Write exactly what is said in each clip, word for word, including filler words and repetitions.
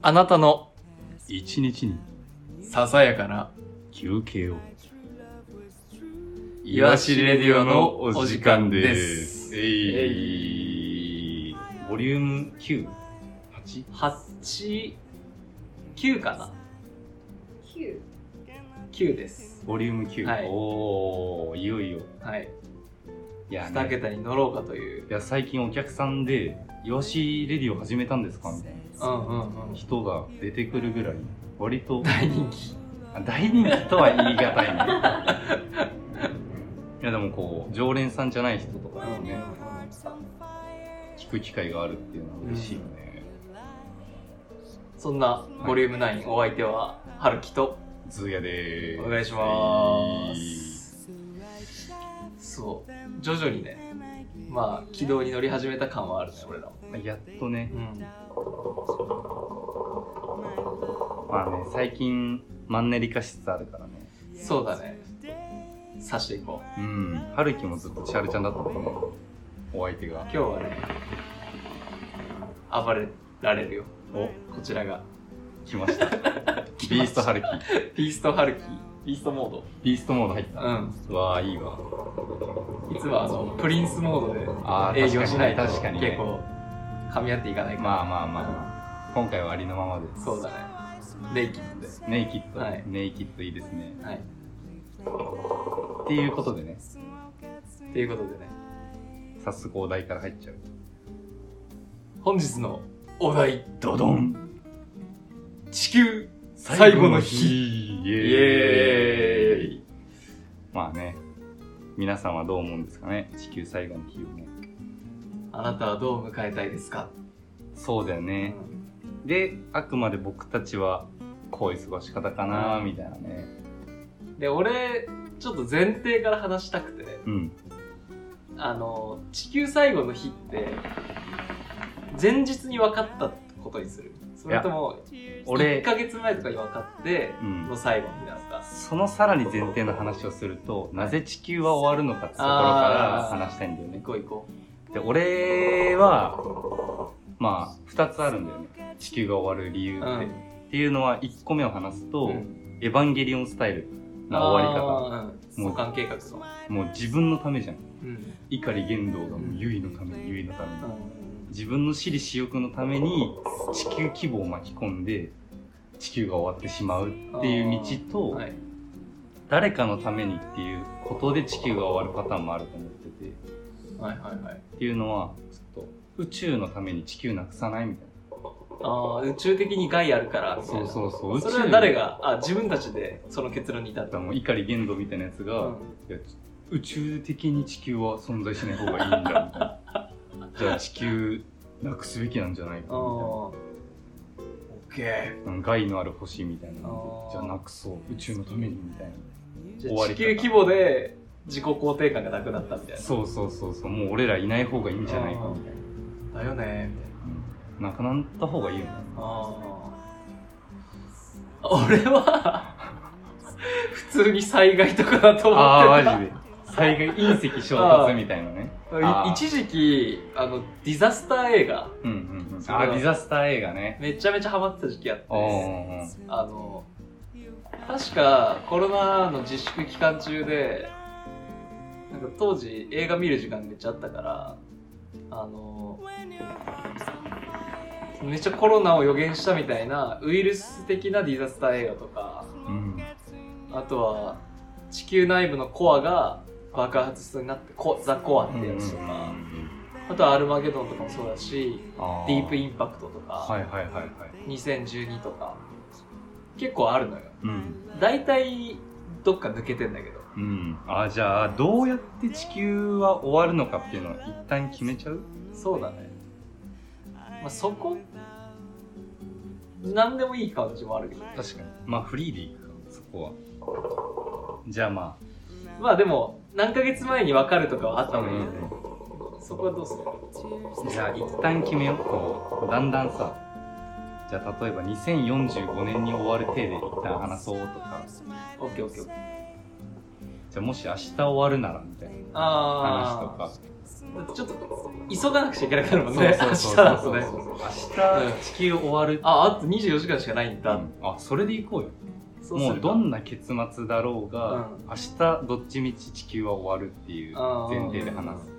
あなたの一日にささやかな休憩を。 いわしレディオのお時間です。 えい、ボリューム きゅう？はち？ はち、きゅうかな ?きゅう。きゅうです。 ボリュームきゅう。はい、おー、いよいよ。 はい。 いや、ね、 に桁に乗ろうかという。 いや、最近お客さんで、いわしレディオ始めたんですかみたいな、 うんうんうん、 人が出てくるぐらい、割と大人気。 大人気とは言い難いね。いやでもこう常連さんじゃない人とかにね、聞く機会があるっていうのは嬉しいよね。 うん、そんなボリュームナイン、お相手は春樹とズーヤでーす。 お願いします。そう徐々にね、まあ軌道に乗り始めた感はあるね、俺らも。 やっとね、 うん、 まあね、最近マンネリ化しつつあるからね。 そうだね、さしていこう。うん。春樹もずっと千春ちゃんだったもんね、お相手が。 今日はね、暴れられるよ。 お、 こちらが来ました。ビースト春樹。 ビースト春樹。ビーストモード。 ビーストモード入った。 うん。 うわー、いいわ。 いつもあのプリンスモードで営業しないと結構噛み合っていかないから。 まあまあまあ。今回はありのままです。 そうだね。ネイキッドで。 ネイキッド。 はい、 ネイキッドいいですね。 はい。 っていうことでね。 っていうことでね。 早速お題から入っちゃう。 本日のお題、 ドドン。 地球最後の日。 イエーイ。まあね、皆さんはどう思うんですかね、地球最後の日をね。 あなたはどう迎えたいですか？ そうだよね。うん、で、あくまで僕たちはこういう過ごし方かなみたいなね。 で、俺ちょっと前提から話したくて、 うん、あの地球最後の日って前日に分かったことにする？それとも俺いっかげつまえとかに分かっての最後になるか、うん、 そのさらに前提の話をすると、なぜ地球は終わるのかってところから話したいんだよね。 行こう行こう。で、俺はまあふたつあるんだよね、地球が終わる理由って、うん、っていうのは、いっこめを話すと、うん、エヴァンゲリオンスタイルな終わり方。 もう相関計画のもう自分のためじゃん、 うん、 碇玄道がもう結のために、結のために、うん、自分の私利私欲のために地球規模を巻き込んで地球が終わってしまうっていう道と、はい、誰かのためにっていうことで地球が終わるパターンもあると思ってて、 はいはいはい、 っていうのはちょっと宇宙のために地球なくさないみたいな。 ああ、宇宙的に害あるからみたいな。 そうそうそう。 それは誰が、あ、自分たちでその結論に至った。 もう碇玄道みたいなやつが、うん、いや宇宙的に地球は存在しない方がいいんだみたいな。じゃあ地球なくすべきなんじゃないかみたいな。オッケー。害のある星みたいな。じゃあなくそう、宇宙のためにみたいな。 じゃあ地球規模で自己肯定感がなくなったみたいな。 そうそうそうそう。もう俺らいない方がいいんじゃないかみたいな。 だよねみたいな。 なくなった方がいいよね。 ああ。俺は普通に災害とかだと思ってた。 ああ、マジで。災害、隕石衝突みたいなね。 一時期あのディザスター映画、 うんうんうん、あ、ディザスター映画ね。 めちゃめちゃハマってた時期あって、あの確かコロナの自粛期間中で、なんか当時映画見る時間めっちゃあったから、あのめっちゃコロナを予言したみたいなウイルス的なディザスター映画とか、うん、あとは地球内部のコアが爆発しそうになってコザ・コアってやつとか、うんうんうん、あとはアルマゲドンとかもそうだし、ディープインパクトとか、 はいはいはいはい、 にせんじゅうにとか結構あるのよ、 うん、 だいたいどっか抜けてんだけど、 うん、あ、じゃあどうやって地球は終わるのかっていうのは一旦決めちゃう？ そうだね、まあ、そこ何でもいい感じもあるけど、 確かに、まあフリーでいくか、そこは。じゃあまあまあでも何ヶ月前に分かるとかはあった方がいいよね、うん、そこはどうする？ じゃあ一旦決めよう。こうだんだんさ、じゃあ例えばにせんよんじゅうごねんに終わる体で一旦話そうとか。 オッケーオッケー。 じゃあもし明日終わるならみたいな話とか。 ちょっと急がなくちゃいけなくなるもんね。 そうそうそうそう明日だとね。 明日地球終わる。 あ、あとにじゅうよじかんしかないんだ。 うん、あ、それで行こうよ。 そうもうどんな結末だろうが、 うん、 明日どっちみち地球は終わるっていう前提で話す。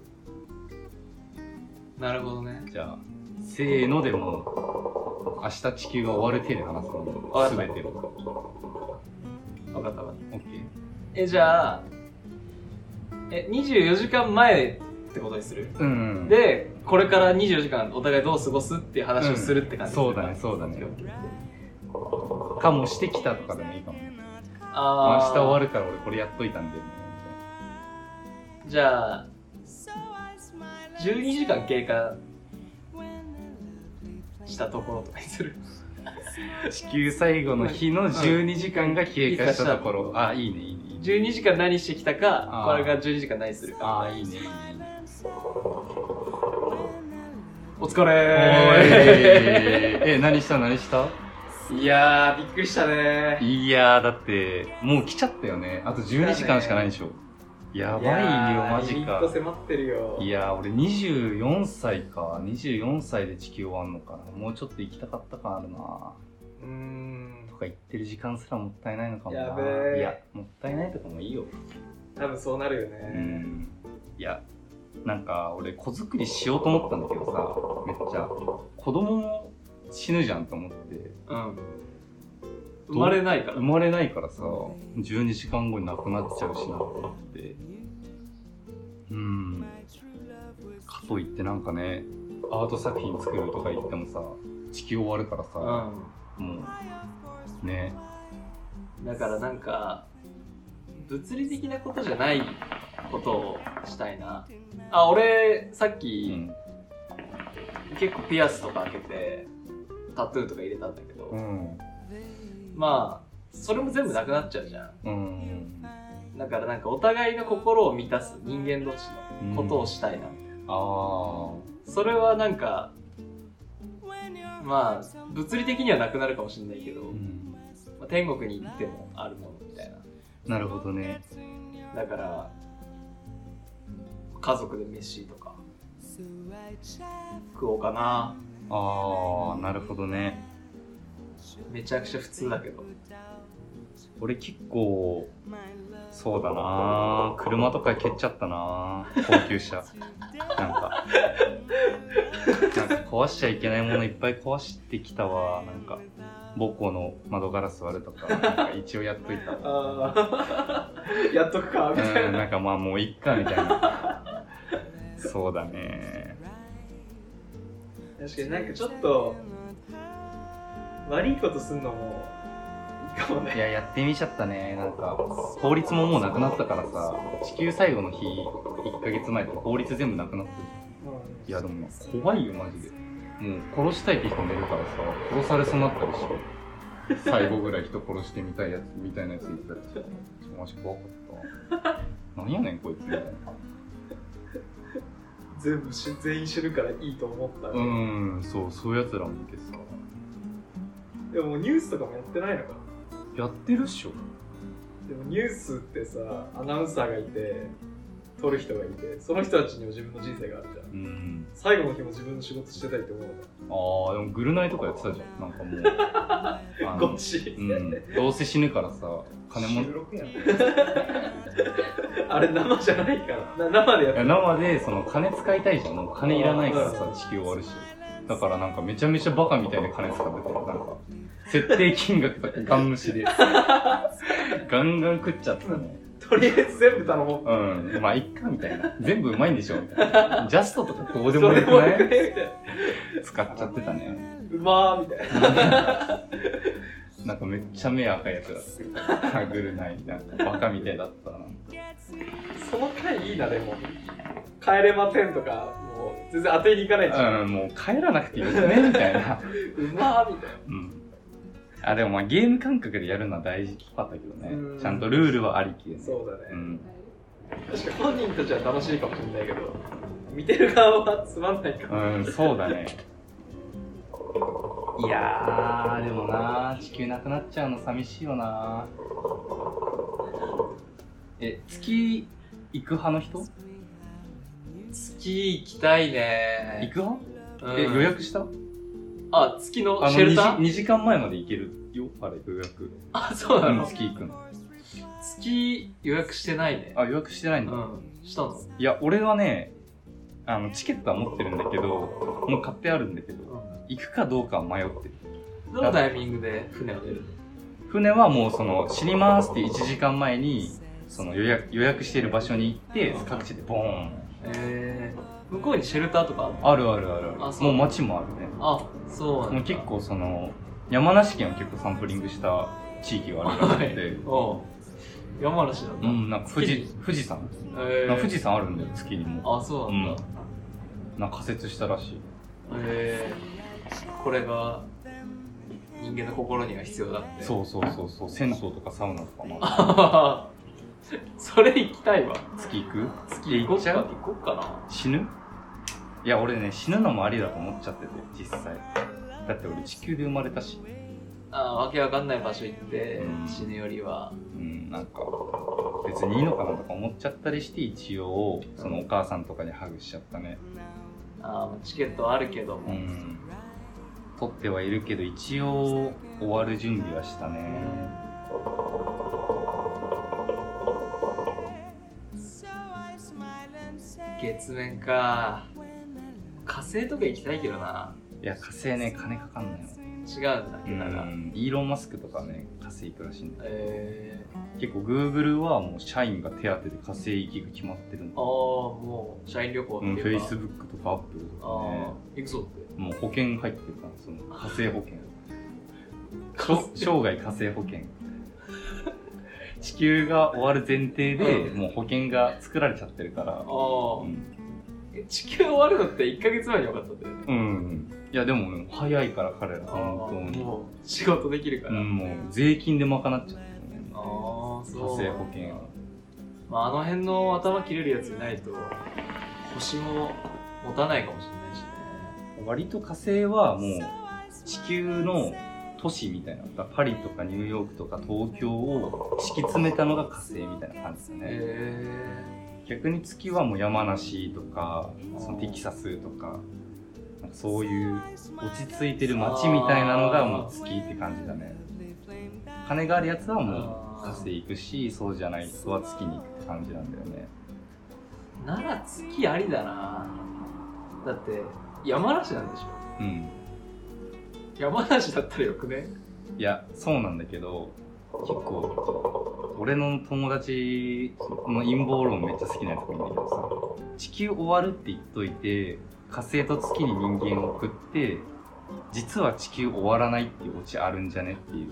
なるほどね。 じゃあせーのでも明日地球が終わる手で話すの。すべての。 分かった分かった。 オッケー。 え、じゃあえにじゅうよじかんまえってことにする。 うん、うん、でこれからにじゅうよじかんお互いどう過ごすっていう話をするって感じ、 うん、そうだねそうだね。かもしてきたとかでもいいかもね。 あ明日終わるから俺これやっといたんだよね。 じゃあじゅうにじかん経過したところとかにする。 地球最後の日のじゅうにじかんが経過したところ。あ、いいねいいね。 じゅうにじかん何してきたか、これがじゅうにじかん何するか。 ああ、いいねいいね。 お疲れー。え、何した何した？ いやー、びっくりしたね。 いやー、だってもう来ちゃったよね。あとじゅうにじかんしかないでしょ。やばいよマジか。 リミット迫ってるよ。 いやー、俺にじゅうよんさいか。にじゅうよんさいで地球終わんのかな。もうちょっと行きたかった感あるな。 うーん。 とか言ってる時間すらもったいないのかもな。 やべー。 いや、もったいないとかもいいよ。 多分そうなるよね。 うん。いや、なんか俺子作りしようと思ったんだけどさ、めっちゃ子供も死ぬじゃんと思って。 うん。生まれないから。 生まれないからさ、じゅうにじかんごに亡くなっちゃうしなと思って。うん。かといってなんかね、アート作品作るとか言ってもさ、地球終わるからさ、うん、もうね。 だからなんか物理的なことじゃないことをしたいな。あ、俺さっき、うん、結構ピアスとか開けてタトゥーとか入れたんだけど、うん、まあそれも全部なくなっちゃうじゃん、うん、だからなんかお互いの心を満たす人間同士のことをしたいな、うん、あそれはなんかまあ物理的にはなくなるかもしれないけど、うんまあ、天国に行ってもあるものみたいな。 なるほどね。 だから家族で飯とか食おうかな。 あー、なるほどね。 めちゃくちゃ普通だけど俺結構そうだな、車とか蹴っちゃったな、高級車。なんかなんか壊しちゃいけないものいっぱい壊してきたわ。なんか母校の窓ガラス割るとか、なんか一応やっといた。 あやっとくかみたいな。 うん、なんかまあもういっかみたいな。そうだね。 確かになんかちょっと悪いことすんのもいいかもね。 いや、やってみちゃったね。なんか法律ももうなくなったからさ、地球最後の日いっかげつまえとか法律全部なくなってる。うん、いやでも怖いよマジで。もう殺したいって人もいるからさ、殺されそうになったりしょ。最後ぐらい人殺してみたいやつみたいなやついたりして、マジ怖かった。なんやねんこいつみたいな。 全部し全員死ぬからいいと思った、ね。 うん、そうそういうやつらもいてさ。 でもニュースとかもやってないのか。 やってるっしょ。 でもニュースってさ、アナウンサーがいて撮る人がいて、その人たちにも自分の人生があるじゃん。うん、最後の日も自分の仕事してたりって思うのか。 ああ、でもグルナイとかやってたじゃん。なんかもうこっち、 うん、どうせ死ぬからさ、金も収録やんあれ生じゃないからな。生でやってる。 生でその金使いたいじゃん。もう金いらないからさ、地球終わるし。だからなんかめちゃめちゃバカみたいな金使ってて、なんか設定金額とかガン無視でガンガン食っちゃったね。 とりあえず全部頼もう。 うん、まあいっかみたいな。全部うまいんでしょみたいな。ジャストとかどうでもよくない使っちゃってたね。 うまーみたいな。 なんかめっちゃ目赤いやつだった。グルないなんかバカみたいだったな。 その回いいな。でも帰れませんとかもう全然当てにいかないじゃん。 うん、もう帰らなくていいですねみたいな。 うまーみたいな。 うん。あ、でもまあゲーム感覚でやるのは大事かったけどね。ちゃんとルールはありきで、ね。 そうだね。 うん。 確か本人たちは楽しいかもしれないけど、見てる側はつまんないかも。 うん、そうだね。いやー、でもなー、地球なくなっちゃうの寂しいよなー。え、月行く派の人？ 月行きたいね。 行く派、 うん、 え、予約した？ あ、月のシェルターに, にじかんまえまで行けるよ、あれ予約。 あ、そうなの、 うん、月行くの。 月予約してないね。 あ、予約してないんだ。うん。 したの？ いや、俺はね、あの、チケットは持ってるんだけど、もう買ってあるんだけど、うん、行くかどうかは迷ってる。 どのタイミングで船を出るの？ 船はもうその、知りますっていちじかんまえに、その予約、予約している場所に行って、各地でボーン。 えー、向こうにシェルターとかある？ あるあるあるある。もう街もあるね。 あ、そうなんだ。 もう結構その、山梨県を結構サンプリングした地域があるらしくて。 はい、山梨なんだ。 うん、なんか富士、富士山、えー、なんか富士山あるんだよ、月にも。 あ、そうなんだ。 うん、なんか仮設したらしい。 へえー、これが人間の心には必要だって。 そうそうそうそう、銭湯とかサウナとかもある。それ行きたいわ。 月行く？ 月行っちゃう？行こっかな。 死ぬ？いや、俺ね、死ぬのもありだと思っちゃってて、実際。だって俺地球で生まれたし。 ああ、わけわかんない場所行って、うん、死ぬよりは。 うん、なんか、別にいいのかなとか思っちゃったりして、一応、そのお母さんとかにハグしちゃったね。 ああ、チケットはあるけども。うん。 取ってはいるけど、一応、終わる準備はしたね。 月面か。火星とか行きたいけどな。 いや、火星ね、金かかんないの。 違うんだけどな。 イーロン・マスクとかね、火星行くらしいんだよ。えー、結構 Google はもう社員が手当で火星行きが決まってるんだ。 ああ、もう社員旅行っていうか、 うん、Facebook とか Apple とかね。 行くぞって。 もう保険入ってるから、その火星保険。生涯火星保険。地球が終わる前提で、うん、もう保険が作られちゃってるから。ああ、うん。 地球終わるのっていっかげつまえに分かったんだよね。 うん。いやでも、ね、早いから彼ら本当に。 もう仕事できるから。 うん、もう税金で賄っちゃってるね。ああ、そう。火星保険。 まああの辺の頭切れるやついないと星も持たないかもしれないしね。 割と火星はもう地球の都市みたいな、パリとかニューヨークとか東京を敷き詰めたのが火星みたいな感じですね。へー。逆に月はもう山梨とかそのテキサスとか、なんかそういう落ち着いてる街みたいなのがもう月って感じだね。金があるやつはもう火星行くし、そうじゃない人は月に行くって感じなんだよね。 なら月ありだな。だって山梨なんでしょ。うん。山梨だったらよくね？ いや、そうなんだけど、結構俺の友達の陰謀論めっちゃ好きなやつがいるんだけどさ、地球終わるって言っといて火星と月に人間を送って実は地球終わらないっていうオチあるんじゃねっていう。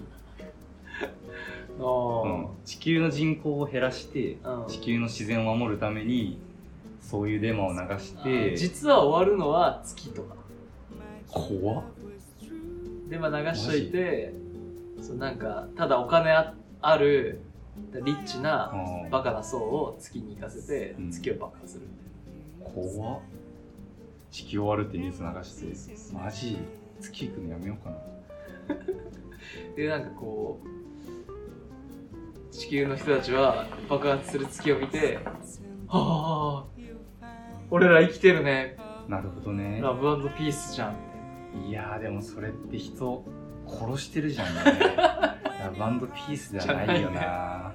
あ、うん、地球の人口を減らして地球の自然を守るためにそういうデマを流して実は終わるのは月とか怖っ。 デマ流しといて、そうなんかただお金 あ, あるリッチなバカな層を月に行かせて、うん、月を爆破する。 怖っ。地球終わるってニュース流してマジ月行くのやめようかな。 でなんかこう地球の人たちは爆発する月を見て、はあ俺ら生きてるね。 なるほどね。 ラブ&ピースじゃん。 いやーでもそれって人殺してるじゃんね。ラブ&ピースじゃないよな。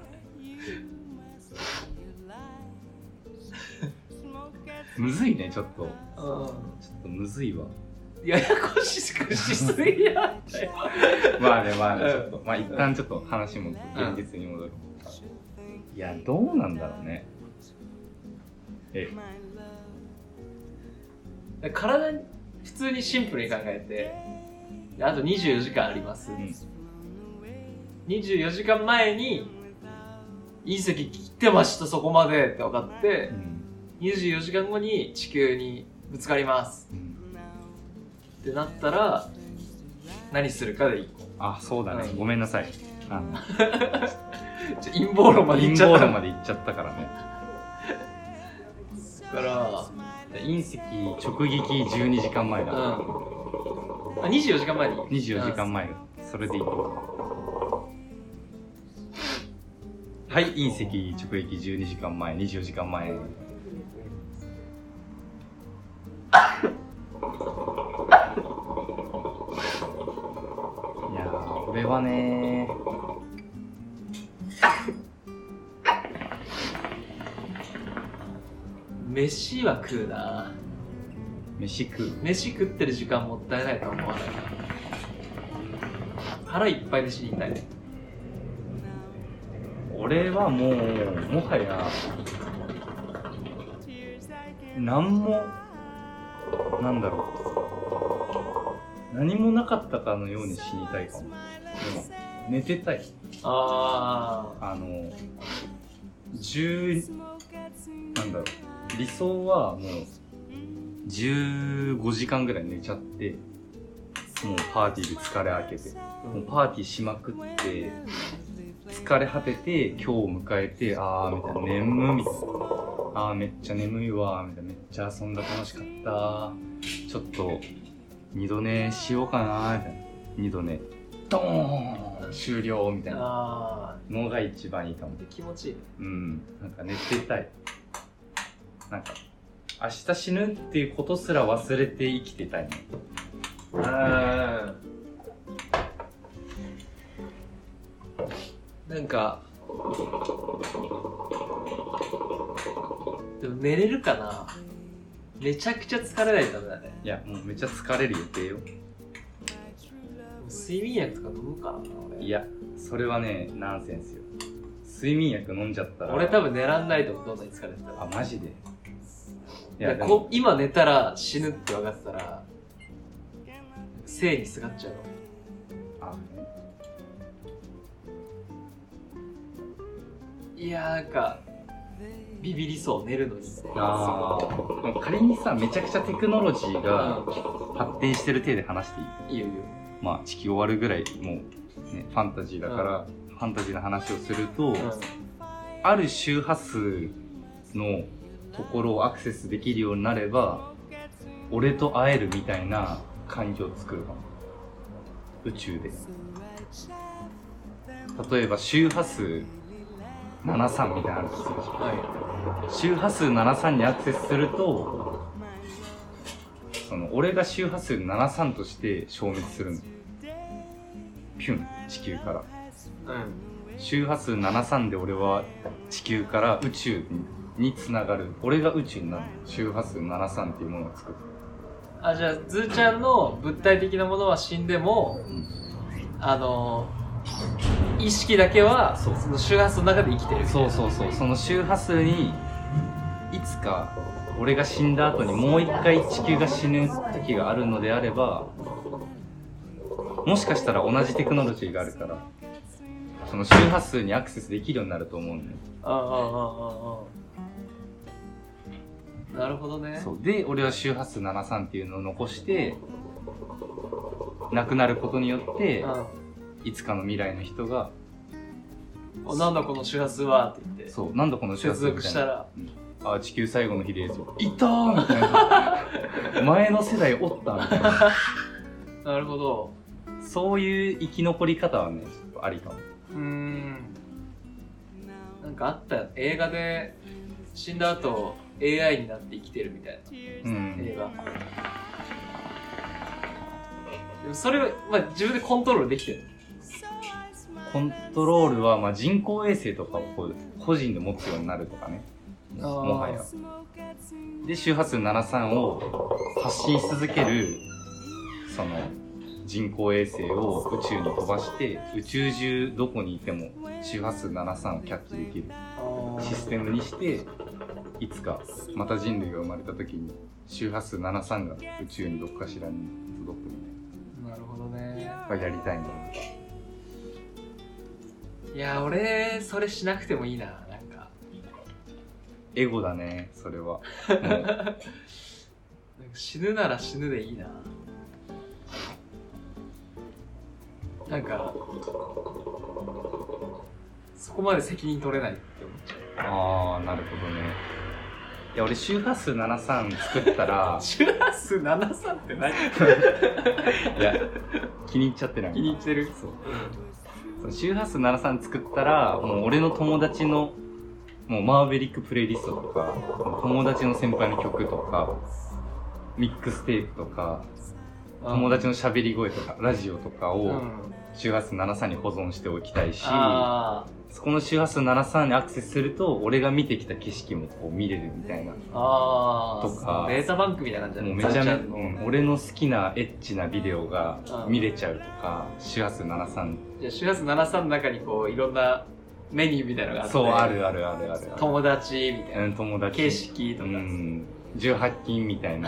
むずいね、ちょっと。ちょっとむずいわ。 ややこしくしすぎやったよ。 まあね、まあね、ちょっと、まあ一旦ちょっと話も現実に戻る。いや、どうなんだろうね。え体に普通にシンプルに考えて、あとにじゅうよじかんあります、うん、にじゅうよじかんまえに隕石来てましたそこまでって分かって、うん、にじゅうよじかんごに地球にぶつかります、うん、ってなったら何するかでいい。 あ、そうだね、うん、ごめんなさい。あのちょ陰謀論までいっちゃった。 陰謀論までいっちゃったからね。 だから隕石直撃じゅうにじかんまえだ、うん、 あにじゅうよじかんまえににじゅうよじかんまえ、それでいい。はい、隕石直撃じゅうにじかんまえ、にじゅうよじかんまえ。 俺はね飯は食うな。 飯食う。 飯食ってる時間もったいないとは思わないな。腹いっぱいで死にたい。 俺はもうもはや何もなんだろう、何もなかったかのように死にたいかも。でも寝てたい。 あああの10なんだろう、理想はもうじゅうごじかんぐらい寝ちゃって、もうパーティーで疲れ明けて、もうパーティーしまくって疲れ果てて今日を迎えて、あーみたいな、眠みたいな、あーめっちゃ眠いわみたいな、めっちゃ遊んだ楽しかった、ちょっと二度寝しようかなみたいな、二度寝ドーン終了みたいなのが一番いいかも。 気持ちいい。 うん、なんか寝てたい。なんか明日死ぬっていうことすら忘れて生きてたいね。 あー、なんかでも寝れるかな。めちゃくちゃ疲れないとダメだね。 いや、もうめっちゃ疲れる予定よ。 睡眠薬とか飲むかな俺。 いや、それはね、ナンセンスよ。睡眠薬飲んじゃったら俺多分寝らんないと思う、どんなに疲れてたら。 あ、マジで。 いや、でも今寝たら死ぬって分かってたら生にすがっちゃうの。 あ、ね、 いやー、なんかビビりそう、寝るのに。 ああ、仮にさ、めちゃくちゃテクノロジーが発展してる体で話していい？ いいよいいよ。 まあ地球終わるぐらいもう、ね、ファンタジーだから、うん、ファンタジーの話をすると、うん、ある周波数のところをアクセスできるようになれば俺と会えるみたいな環境を作るかも、宇宙で。例えば周波数ななじゅうさんみたいなのがするじゃん、はい、周波数ななじゅうさんにアクセスすると、その俺が周波数ななじゅうさんとして消滅するの。ピュン、地球から、うん、周波数ななじゅうさんで俺は地球から宇宙ににつながる。俺が宇宙になる。周波数ななじゅうさんっていうものを作る。 あ、じゃあズーちゃんの物体的なものは死んでも、うん、あの意識だけは そ, その周波数の中で生きてる。 そうそうそう、その周波数にいつか俺が死んだ後にもう一回地球が死ぬ時があるのであれば、もしかしたら同じテクノロジーがあるからその周波数にアクセスできるようになると思うのよ。 ああああああ、なるほどね。 そうで、俺は周波数ななじゅうさんっていうのを残して亡くなることによって、いつかの未来の人が 「なんだこの周波数は」って言って、 そう、なんだこの周波数みたいな、 接続したら、 うん、あ、地球最後の日ですよ、いたーみたいな前の世代おったみたいななるほど。 そういう生き残り方はね、ちょっとありかも。 うーん、なんかあったよ、映画で死んだ後エーアイ になって生きてるみたいな、うん、映画。でもそれは、まあ、自分でコントロールできてる。 コントロールは、まあ、人工衛星とかをこう個人で持つようになるとかね、もはや。で、周波数ななじゅうさんを発信し続けるその人工衛星を宇宙に飛ばして、宇宙中どこにいても周波数ななじゅうさんをキャッチできるシステムにして、いつかまた人類が生まれた時に周波数ななじゅうさんが宇宙にどっかしらに届くみたいな。 なるほどね。 がやりたいの。 いや、俺それしなくてもいいな。なんかエゴだね、それは。 なんか死ぬなら死ぬでいいな。なんかそこまで責任取れないって思っちゃう。 ああ、なるほどね。いや、俺周波数ななじゅうさん作ったら周波数ななじゅうさんって何？いや、気に入っちゃってない。 気に入ってる。 そう。その周波数ななじゅうさん作ったら、もう俺の友達のもうマーベリックプレイリストとか、友達の先輩の曲とか、ミックステープとか、 友達の喋り声とかラジオとかを周波数ななじゅうさんに保存しておきたいし、そこの周波数ななじゅうさんにアクセスすると俺が見てきた景色もこう見れるみたいなあとか、 データバンクみたいな感じだね。 もうめちゃめちゃ、うん、俺の好きなエッチなビデオが見れちゃうとか、周波数ななじゅうさん。 じゃあ周波数ななじゅうさんの中にこういろんなメニューみたいなのがあって、 そう、あるあるあるある。 友達みたいな、 うん、友達、 景色とか、うん、 じゅうはちきんみたいな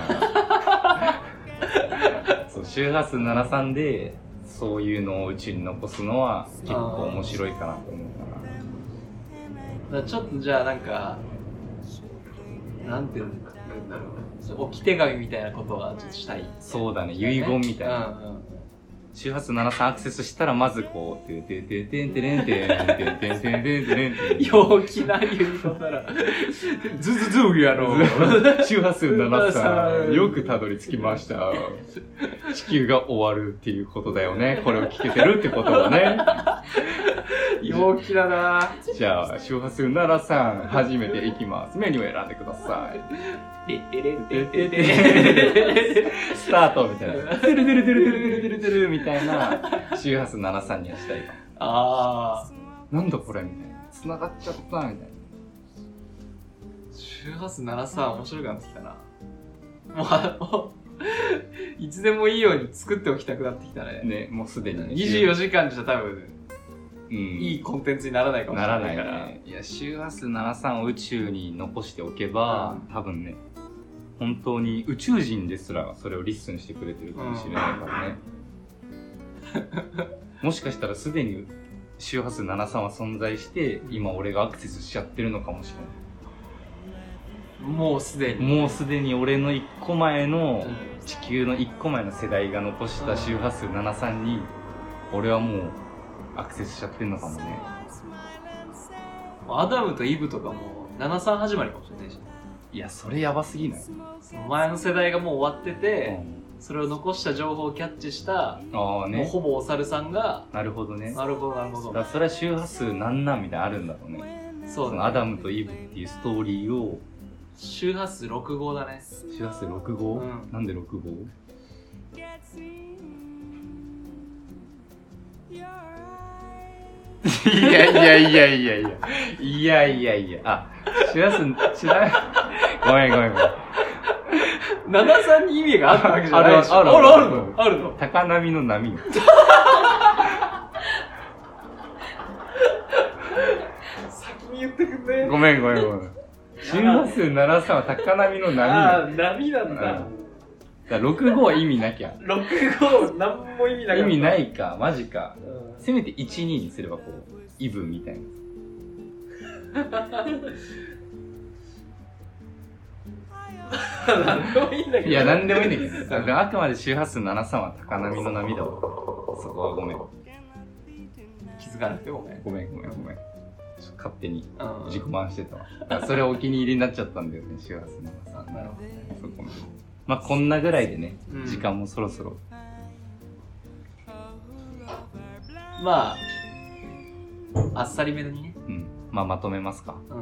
そう、周波数ななじゅうさんでそういうのを宇宙に残すのは結構面白いかなと思うかな。 だからちょっとじゃあなんかなんていうんだろう、置き手紙みたいなことはちょっとしたい、ね、 そうだね、遺言みたいな、うんうん、周波数ななじゅうさんアクセスしたらまずこう、ててててんてれんてんてんてんてんてんてんてん陽気な遺言ならズズズーやろ周波数ななじゅうさんよくたどり着きました。地球が終わるっていうことだよね。これを聞けてるってことはね。 陽気だな。 じゃあ周波数ななじゅうさん初めていきます。メニューを選んでください。 ててれんてんてんてんスタートみたいな。てるてるてるてるてるてるてるみたいな周波数ななじゅうさんにはしたいかも。 あー。なんだこれみたいな。繋がっちゃったみたいな。 周波数ななじゅうさん面白くなってきたな。もう、いつでもいいように作っておきたくなってきたね。 ね、もうすでにね。 にじゅうよじかんじゃ多分、 うん、 いいコンテンツにならないかもしれないから。ならないね。いや、周波数ななじゅうさんを宇宙に残しておけば、うん、多分ね、本当に宇宙人ですらそれをリッスンしてくれてるかもしれないからね。うん、もしかしたらすでに周波数ななじゅうさんは存在して、今俺がアクセスしちゃってるのかもしれない。 もうすでにもうすでに俺のいっこまえの、地球のいっこまえの世代が残した周波数ななじゅうさんに俺はもうアクセスしちゃってんのかもね。 アダムとイブとかもななじゅうさん始まりかもしれないし。 いや、それやばすぎない？ 前の世代がもう終わってて、うん、それを残した情報をキャッチした、あ、ね、もうほぼお猿さんが、 なるほどね。 なるほどなるほど。 だからそれは周波数なんなんみたいなあるんだろうね。 そうだね。そのアダムとイブっていうストーリーを周波数ろく号だね。 周波数ろく号、うん、なんでろく号？いやいやいやいやいやいやいやいや、あ、周波数知らない。ごめんごめんごめん。 ななじゅうさんに意味があったわけじゃないでしょ。 あるあるあるのあるの。 高波の波。 先に言ってくんね。 ごめんごめんごめん。周波数ななじゅうさんは高波の波。 ああ、波なんだ。だからろく号は意味なきゃ。 ろく号なんも意味なかった。 意味ないか、マジか。うん、せめていちににすればこう、イブみたいな。 なんでもいいんだけど。 いや、なんでもいいんだけど。あくまで周波数ななじゅうさんは高波の波だわ。そこはごめん。 気づかなくてごめん。 ごめんごめんごめん。勝手に自己満してたわ。だからそれはお気に入りになっちゃったんだよね、周波数ななじゅうさん。 なるほどね。 そこまで。まあこんなぐらいでね、うん、時間もそろそろ。 まあ、あっさりめにね。 うん。まあまとめますか。 うん。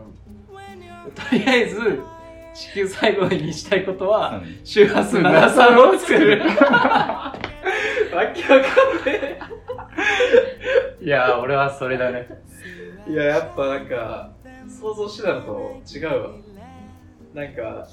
とりあえず、地球最後にしたいことは、うん、周波数ななじゅうさんを作る。わけわかんねえ。 いやー、俺はそれだね。 いや、やっぱなんか、想像してたのと違うわ。なんか、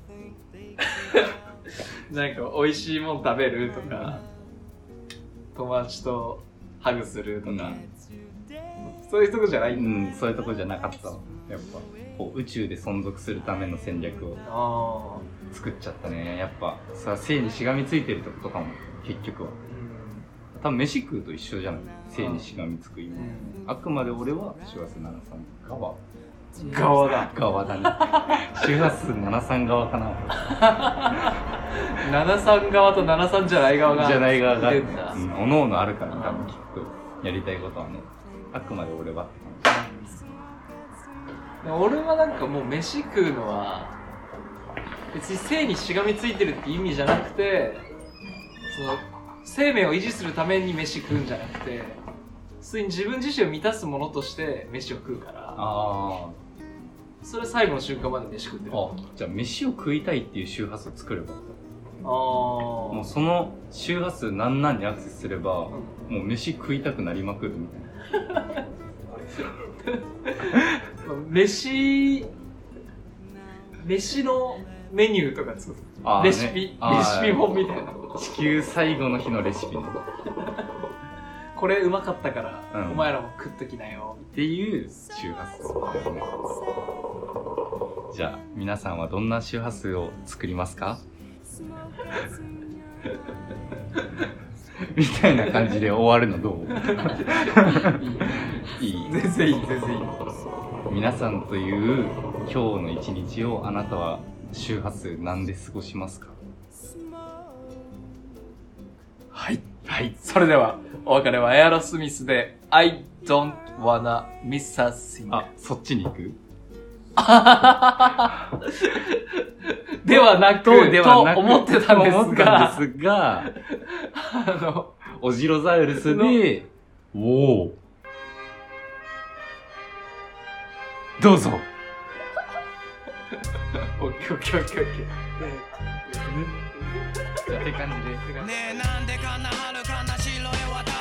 なんか美味しいもの食べるとか、友達とハグするとか、うん、そういうとこじゃないんだ。 うん、そういうとこじゃなかったわ。やっぱこう宇宙で存続するための戦略を作っちゃったね。やっぱさ、生にしがみついてるってことかも、結局は。うん、多分飯食うと一緒じゃない。生にしがみつく意味。うん、あくまで俺は周波数ななじゅうさん側。 側だ。 側だね。周波数ななじゅうさん側かな。 ななじゅうさん側とななじゅうさんじゃない側が。 じゃない側が。うん、おのおのあるから、多分きっとやりたいことはね。あくまで俺はって感じ。俺はなんかもう飯食うのは別に生にしがみついてるって意味じゃなくて、その生命を維持するために飯食うんじゃなくて、普通に自分自身を満たすものとして飯を食うから、あそれ最後の瞬間まで飯食ってる。 あ、じゃあ飯を食いたいっていう周波数を作れば。 もうその周波数何々にアクセスすれば、うん、もう飯食いたくなりまくるみたいな飯飯のメニューとか作る、ね、レシピレシピ本みたいな。 地球最後の日のレシピねこれうまかったから、うん、お前らも食っときなよっていう周波数だよね。じゃあ皆さんはどんな周波数を作りますかみたいな感じで終わるのどういいいい全然いい全然いい。 皆さんという今日の一日をあなたは周波数何で過ごしますか？ はいはい。それではお別れはエアロスミスで I don't wanna miss a thing。 あ、そっちに行くではなくではなくと思ってたんですがですがあのオジロザウルスでおおどうぞオッケーオッケーオッケーオッケーじゃあって感じで。ねえなんでかなはるかな白い私